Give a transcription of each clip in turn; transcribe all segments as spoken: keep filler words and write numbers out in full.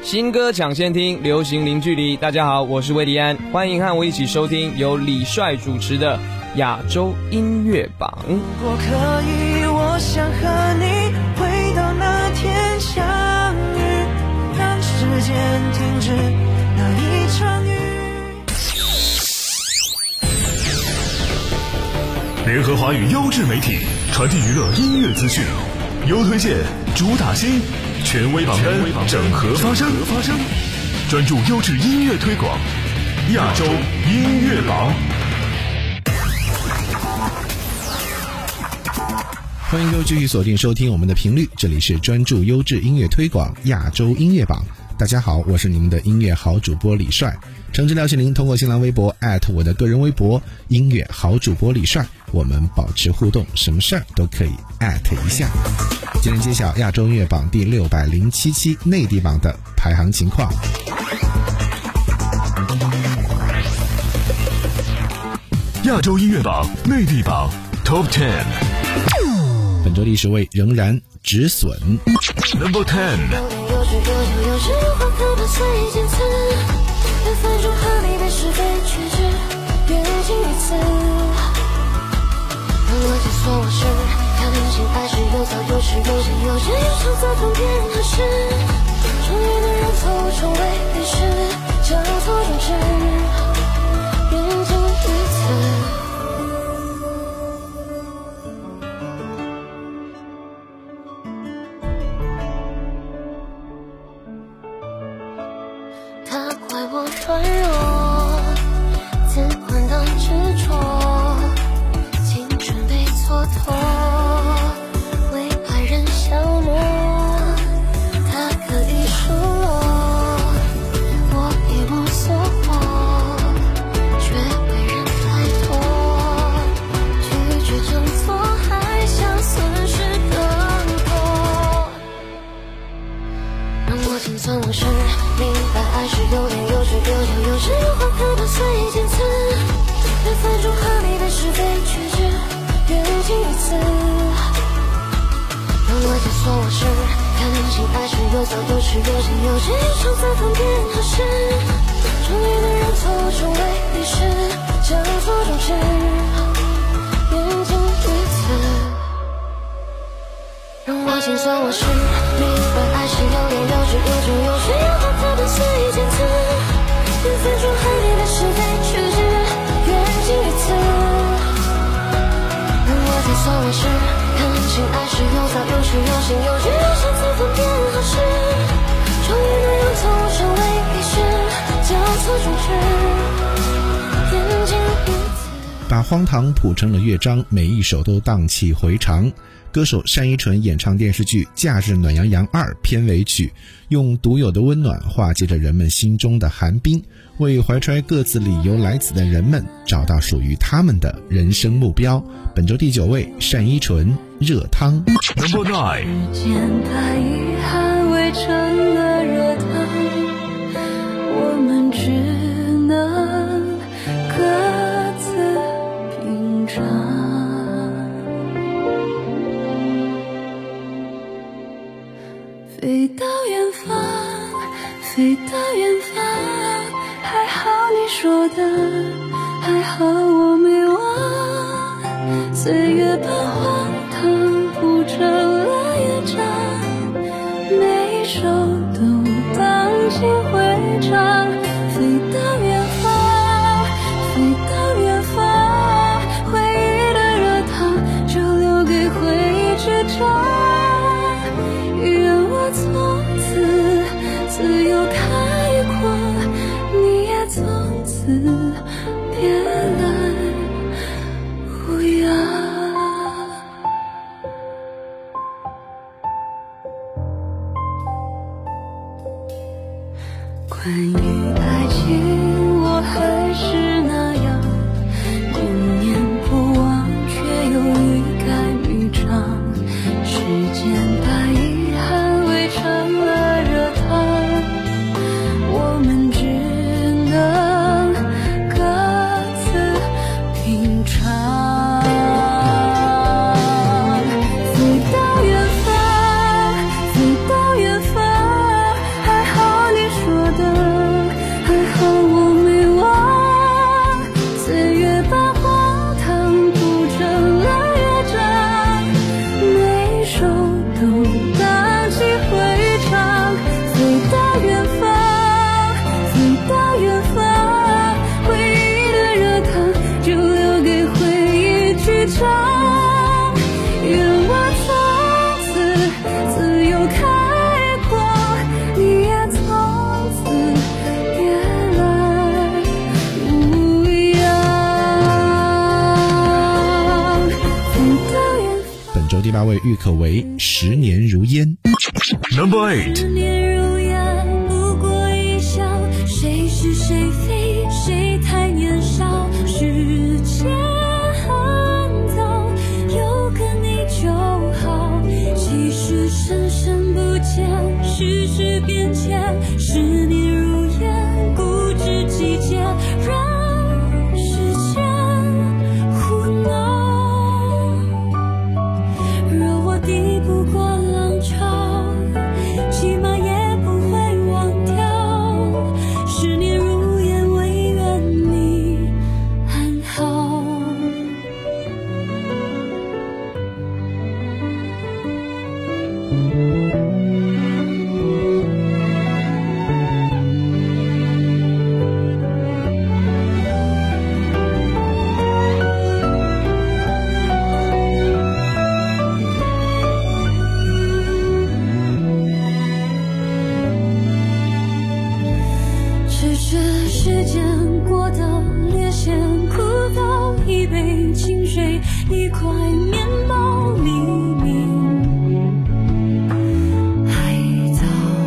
新歌抢先听，流行零距离。大家好，我是魏迪安，欢迎和我一起收听由李帅主持的亚洲音乐榜。 如果可以，我想和你回到那天相遇，让时间停止那一场雨。 联合华语优质媒体，传递娱乐音乐资讯，优推荐，主打新，权威榜单，整合发声，专注优质音乐推广，亚洲音乐榜。 欢迎各位继续锁定收听我们的频率，这里是专注优质音乐推广亚洲音乐榜。大家好，我是你们的音乐好主播李帅。诚挚邀请您通过新浪微博我的个人微博音乐好主播李帅，我们保持互动，什么事儿都可以一下。今天揭晓亚洲音乐榜第六百零七期内地榜的排行情况。 亚洲音乐榜内地榜 Top 十， 本周第十位仍然止损 Number ten。 分钟和你的是非曲直，缘尽于此。让我解锁我是，看清爱是有早有迟，有真有真，有常在同边何时？终于能让错误成为历史，交错终止，缘尽于此。软弱，自困当执着，青春被蹉跎，为爱人消磨。他可以输落，我一无所获，却为人太多。拒绝挣脱，还想损失更多。让我心酸往事，明白爱是有点有趣。有酒有诗有花可都随意见词，缘分中和你的是非曲直，缘尽于此。让我解锁我是，看清爱是有早有迟，有真有真，有常在分辨何时。终于能让错误成为历史，交错终止，缘尽于此。让我心酸我是，明白爱是有点有趣，有酒有诗有花可都随意见词。缘分中和你的是非曲直，缘尽于此。让我解锁我是，看清爱是有早有迟，有心有志，有常在分辨何时。终于能让错误成为历史，交错终止，缘尽于此。 把荒唐谱成了乐章，每一首都荡气回肠。歌手单依纯演唱电视剧《假日暖洋洋二》片尾曲，用独有的温暖化解着人们心中的寒冰，为怀揣各自理由来此的人们找到属于他们的人生目标。本周第九位，单依纯，热汤 Number nine。 时间把遗憾围成了热汤，我们只能各自品尝。飞到远方，飞到远方，还好你说的，还好我没忘。岁月把荒唐谱成了乐章，每一首都荡气回肠。飞到远方，飞到远方，回忆的热汤就留给回忆去尝。从此自由开阔，你也从此别来无恙。关于爱情，我还是那样念念不忘，却又欲盖弥彰。时间把遗憾围成了热汤，我们只能各自品尝。飞到远方，飞到远方，还好你乐郁可唯《十年如烟》。 Number eight。 十年如烟，不过一笑，谁是谁非，谁太年少，时间很早，有个你就好，其实深深不见，世事变迁，十年如烟，不知季节，让时间胡闹。若我抵不过浪潮，起码也不会忘掉，十年如烟，唯愿你安好。只是时间过得略显枯燥，一杯清水，一块面包，黎明还早，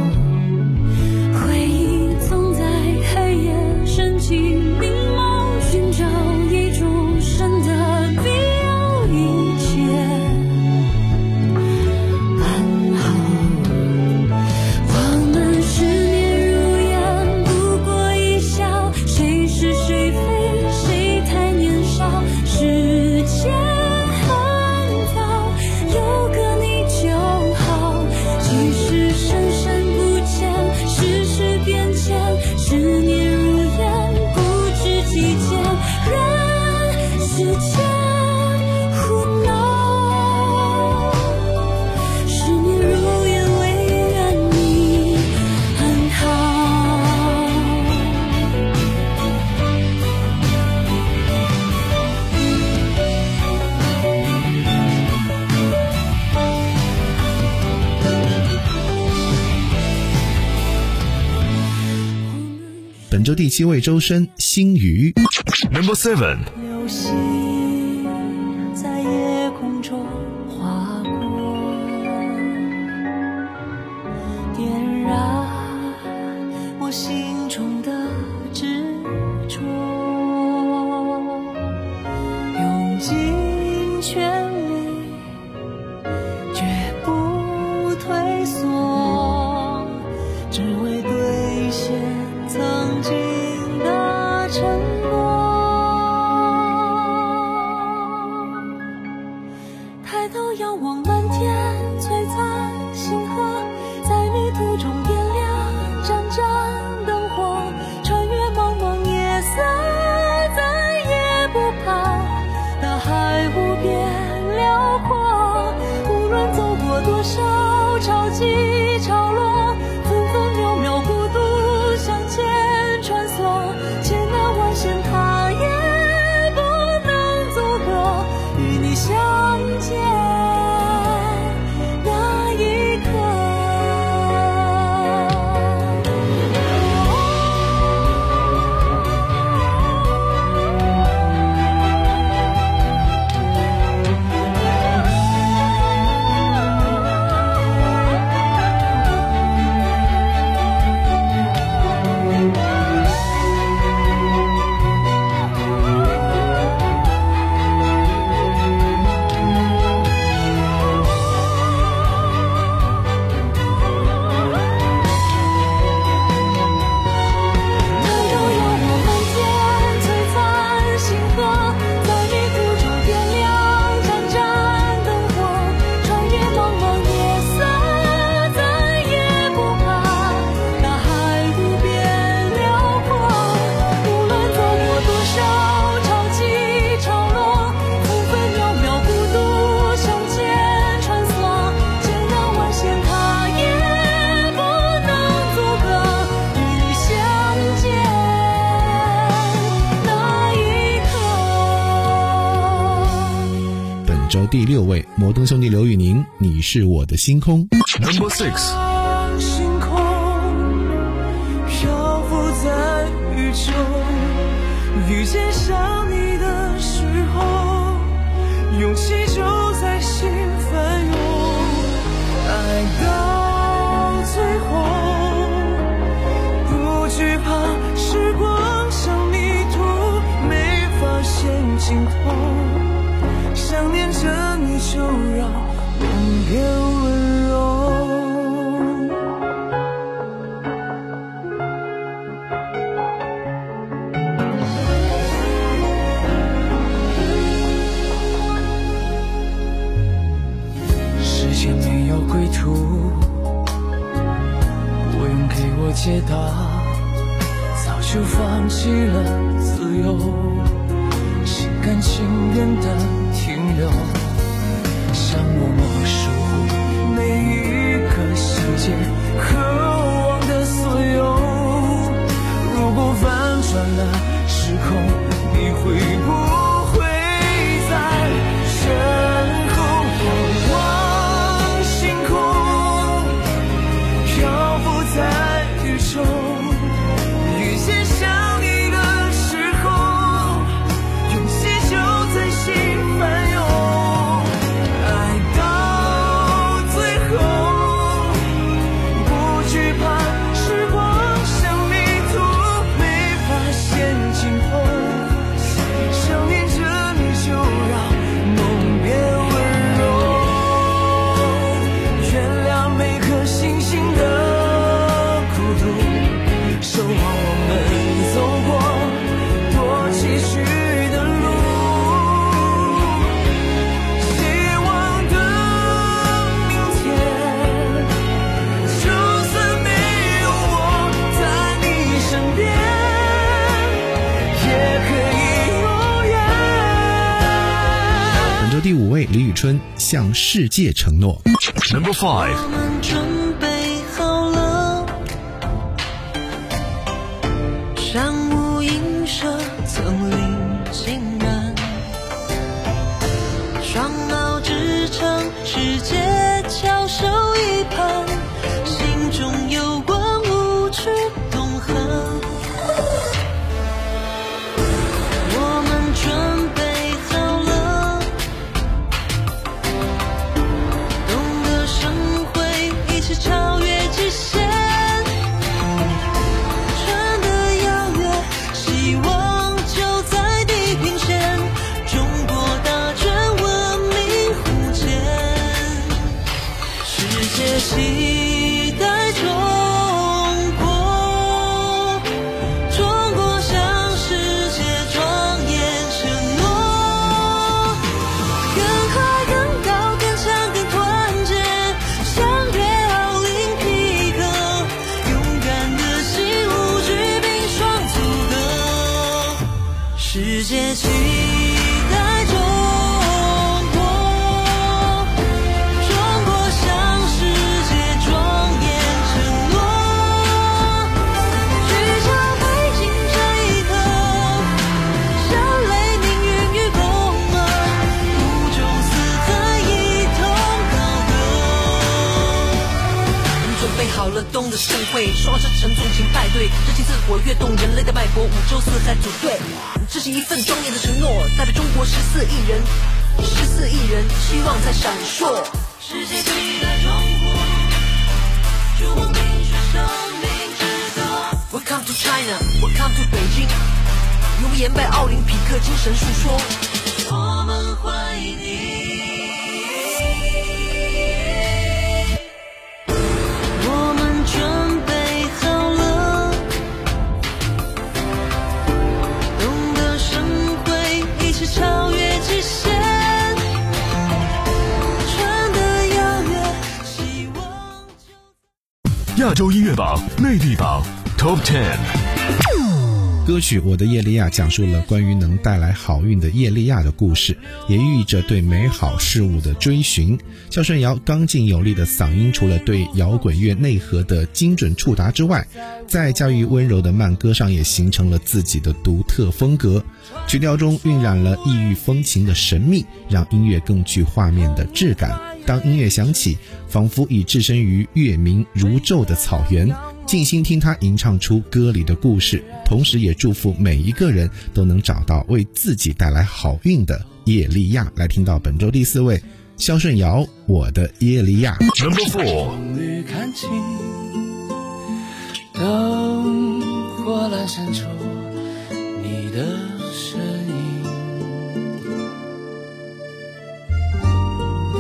回忆总在黑夜深情凝眸，寻找一种神的必要，一切安好。我们十年如烟，不过一笑，谁是谁非，谁太年少，时间很早，有个你就好，其实深深不见，世事变迁，十年如烟，不知季节，任时间胡闹，十年如烟，唯愿你安好。 本周第七位周深《星鱼》。 Number seven。 流星在夜空中划过，点燃我心中的执着，用尽全力，绝不退缩，只为兑现曾经的承诺。抬头仰望蓝天，璀璨星河，在迷途中点亮盏盏灯火，穿越茫茫夜色，再也不怕大海无边辽阔。无论走过多少潮起潮落，分分秒秒孤独向前穿梭，千难万险它也不能阻隔与你相见那一刻。 周第六位，摩登兄弟刘宇宁，你是我的星空。 Number six。 星空漂浮在宇宙，遇见上你的时候，勇气就在心翻涌。 就让梦变温柔。时间没有归途，不用给我解答，早就放弃了自由，心甘情愿的停留，像我默数每一个细节，渴望的所有。如果反转了时空，你会不会在身后仰望星空，漂浮在宇宙，遇见相遇的时候，勇气就在心翻涌，爱到最后不惧怕时光像迷途，没发现今后，想念着你就让梦变温柔，原谅每颗星星的孤独，守望我们走过多崎岖的路，希望的明天，就算没有我在你身边，也可以永远。 本周第五位，李宇春向世界承诺。 Number five. 我们准备好了，山无映射，层林尽染，双铙支撑，世界翘首一盼，心中有关无惧永恒。我们准备好了，懂得生会一起超越极限，穿得遥远，希望就在地平线，中国大权文明互鉴，世界期待中国，中国向世界庄严承诺，更快更高更强更团结，相约奥林匹克，勇敢的心无惧冰霜阻隔，世界期待中国，中国向世界庄严承诺，聚焦北京这一刻，像雷鸣孕育共鸣，五洲四海一同高歌。准备好了，东的盛会，双车沉重型派对，热情似火跃动人类的脉搏，五洲四海组队，执行一份庄严的承诺，代表中国十四亿人，十四亿人希望在闪烁。世界期待中国，祝梦冰雪生命之歌。Welcome to China, Welcome to 北京，用言拜奥林匹克精神述说，我们欢迎你。我们准备好了，懂得生会一起超越极限，穿得遥远，希望就亚洲音乐榜内地榜 Top Ten。 歌曲《我的叶利亚》讲述了关于能带来好运的叶利亚的故事，也寓意着对美好事物的追寻。肖顺尧刚劲有力的嗓音，除了对摇滚乐内核的精准触达之外，在驾驭温柔的慢歌上也形成了自己的独特风格。曲调中晕染了异域风情的神秘，让音乐更具画面的质感。当音乐响起，仿佛已置身于月明如昼的草原，静心听他吟唱出歌里的故事，同时也祝福每一个人都能找到为自己带来好运的叶利亚。来听到本周第四位，肖顺尧《我的叶利亚》。 Number four。 终于看清，灯火阑珊处你的身影，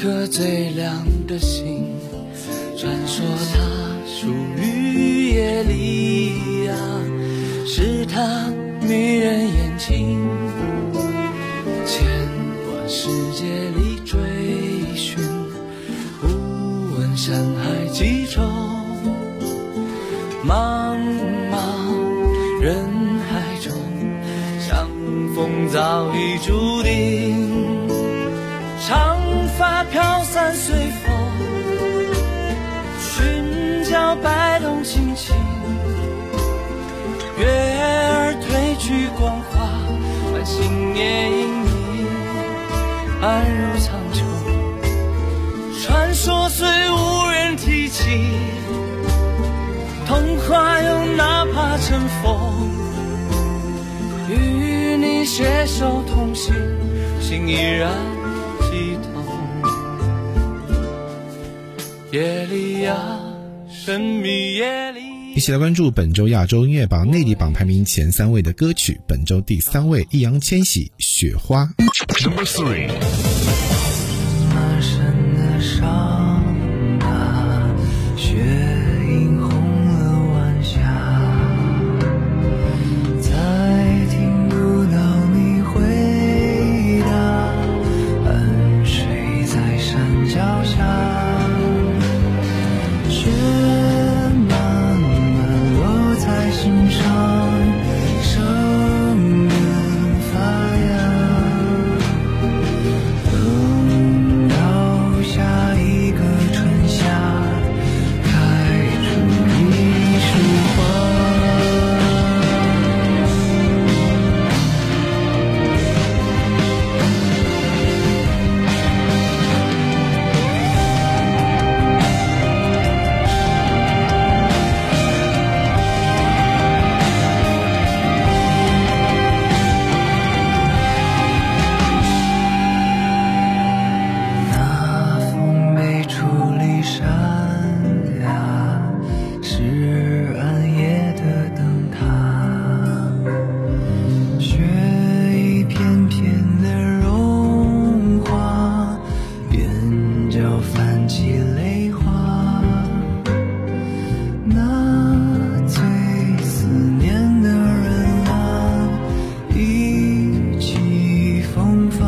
颗最亮的星，传说它属于夜里啊，是它迷人眼睛，千万世界里追寻，无问山海几重，茫茫人海中，相逢早已注定。长发飘散随风，裙角摆动轻轻，月儿褪去光华，繁星也因你暗入苍穹。传说虽无人提起，童话又哪怕尘封，与你携手同行，心依然激动。夜里呀，神秘夜里。 一起来关注本周亚洲音乐榜内地榜排名前三位的歌曲。本周第三位，易烊千玺《雪花》。 Number three。 满身的伤啊，雪映红了晚霞，再听不到你回答，安睡在山脚下。雪慢慢落在心上，生根发芽，等到下一个春夏，开出一束花。那风被处理山崖，是暗夜的灯塔，雪一片片的融化，边角泛起泪花。那最思念的人啊，意气风发，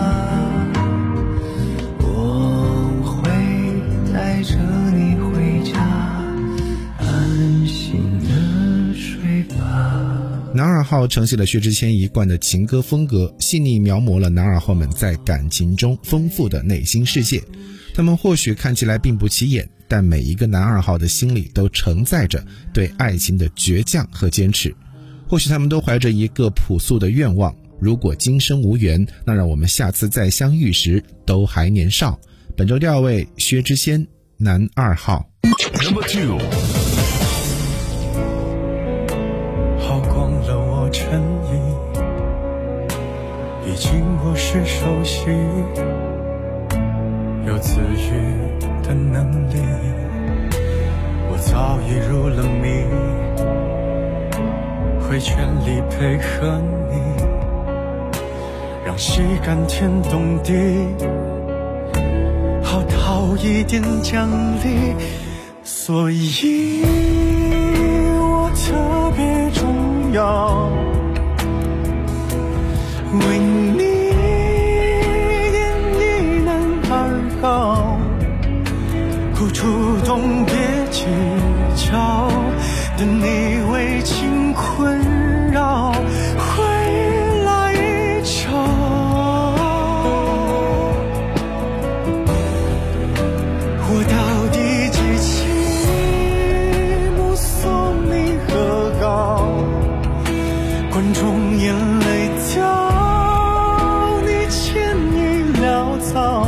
我会带着你回家，安心的睡吧。 男二号承袭了薛之谦一贯的情歌风格，细腻描摹了男二号们在感情中丰富的内心世界。他们或许看起来并不起眼，但每一个男二号的心里都承载着对爱情的倔强和坚持。或许他们都怀着一个朴素的愿望，如果今生无缘，那让我们下次再相遇时都还年少。本周第二位，薛之谦，男二号。 Number two。 耗光了我诚意，已经不是熟悉，有自愈的能力，我早已入了迷，会全力配合你，让戏感天动地，好讨一点奖励，所以我特别重要，为你演绎男二号，不主动别计较，等你为情困扰，回来找。我到底几期目送你和好，观众眼泪掉，你牵已潦草，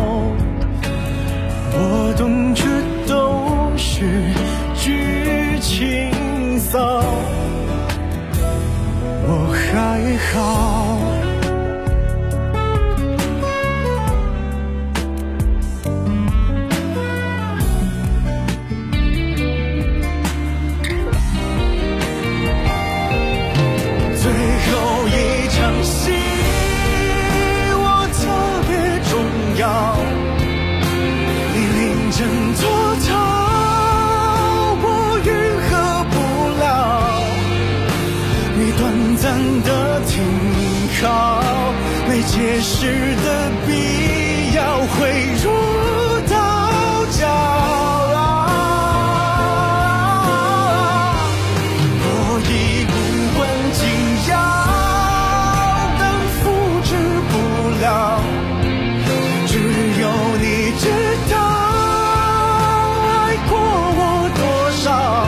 我懂这都是剧情骚。 的必要汇入到骄傲。我已无关紧要，但复制不了，只有你知道爱过我多少，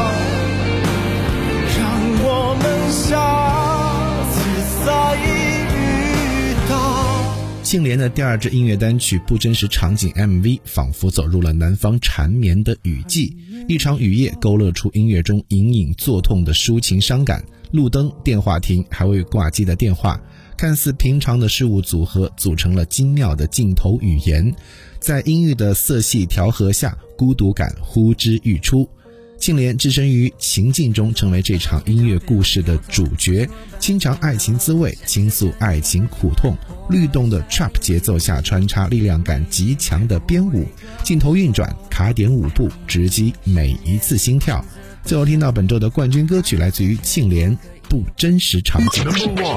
让我们下次再遇到。 庆怜的第二支音乐单曲《不真实场景》M V 仿佛走入了南方缠绵的雨季，一场雨夜勾勒出音乐中隐隐作痛的抒情伤感。路灯、电话亭还未挂机的电话，看似平常的事物组合，组成了精妙的镜头语言。在音域的色系调和下，孤独感呼之欲出。庆怜置身于情境中，成为这场音乐故事的主角，清尝爱情滋味，倾诉爱情苦痛。律动的 trap 节奏下穿插力量感极强的编舞，镜头运转，卡点舞步，直击每一次心跳。最后听到本周的冠军歌曲，来自于庆怜《不真实场景》。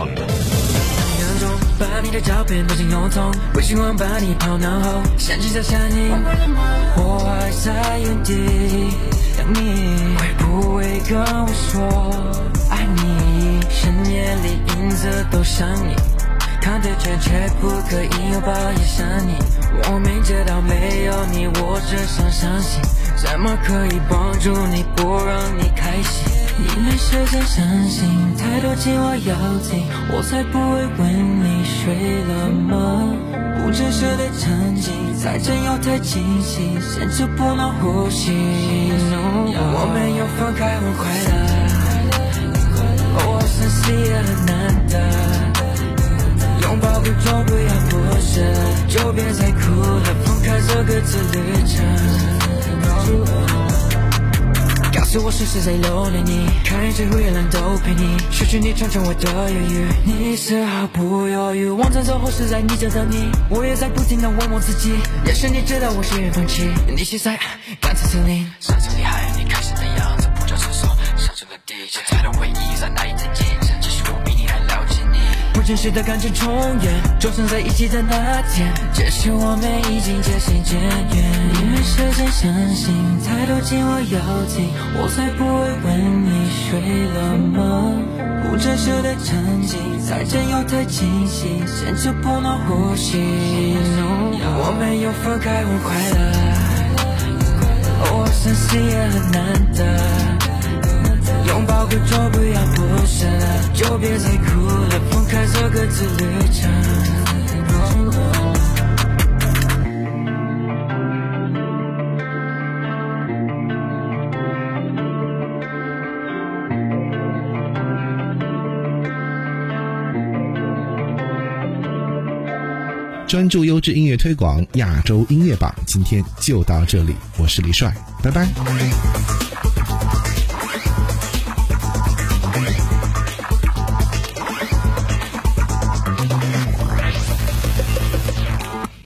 把你的照片都进邮筒，微信网把你抛脑后，相机照下你，我还在原地等你，会不会跟我说爱你？深夜里影子都像你，看对圈却不可以拥抱也像你，我没接到没有你，我只想相信，怎么可以帮助你不让你开心？你没时间相信，太多紧我要紧，我才不会问你睡了吗？不真实的场景，再真又太惊喜，甚至不能呼吸。No, 我没有分开很快乐，我生气也很难得，拥抱不中不要不舍，就别再哭了，分开这个字旅程。告诉我是谁在留恋你，看见最后夜蓝都陪你，失去你常常我的犹豫，你丝毫不犹豫，往前走后是在你家等你，我也在不停地问我自己，也许你知道我是放弃，你现在干脆森林，上次厉害你开心的样子不叫成熟，上升的地精彩的回忆在哪里再见，甚至是我比你还了解你，不真实的感情重演，就算在一起的那天，只是我们已经渐行渐远，你没时间相信，太多紧我要紧，我才不会问你睡了吗？不真实的场景，再真又太惊喜，甚至不能呼吸。No, 我没有分开很快乐，我生气也很难得，拥抱过就不要不舍，就别再哭了，分开这个字旅程。 专注优质音乐推广，亚洲音乐榜，今天就到这里，我是李帅，拜拜。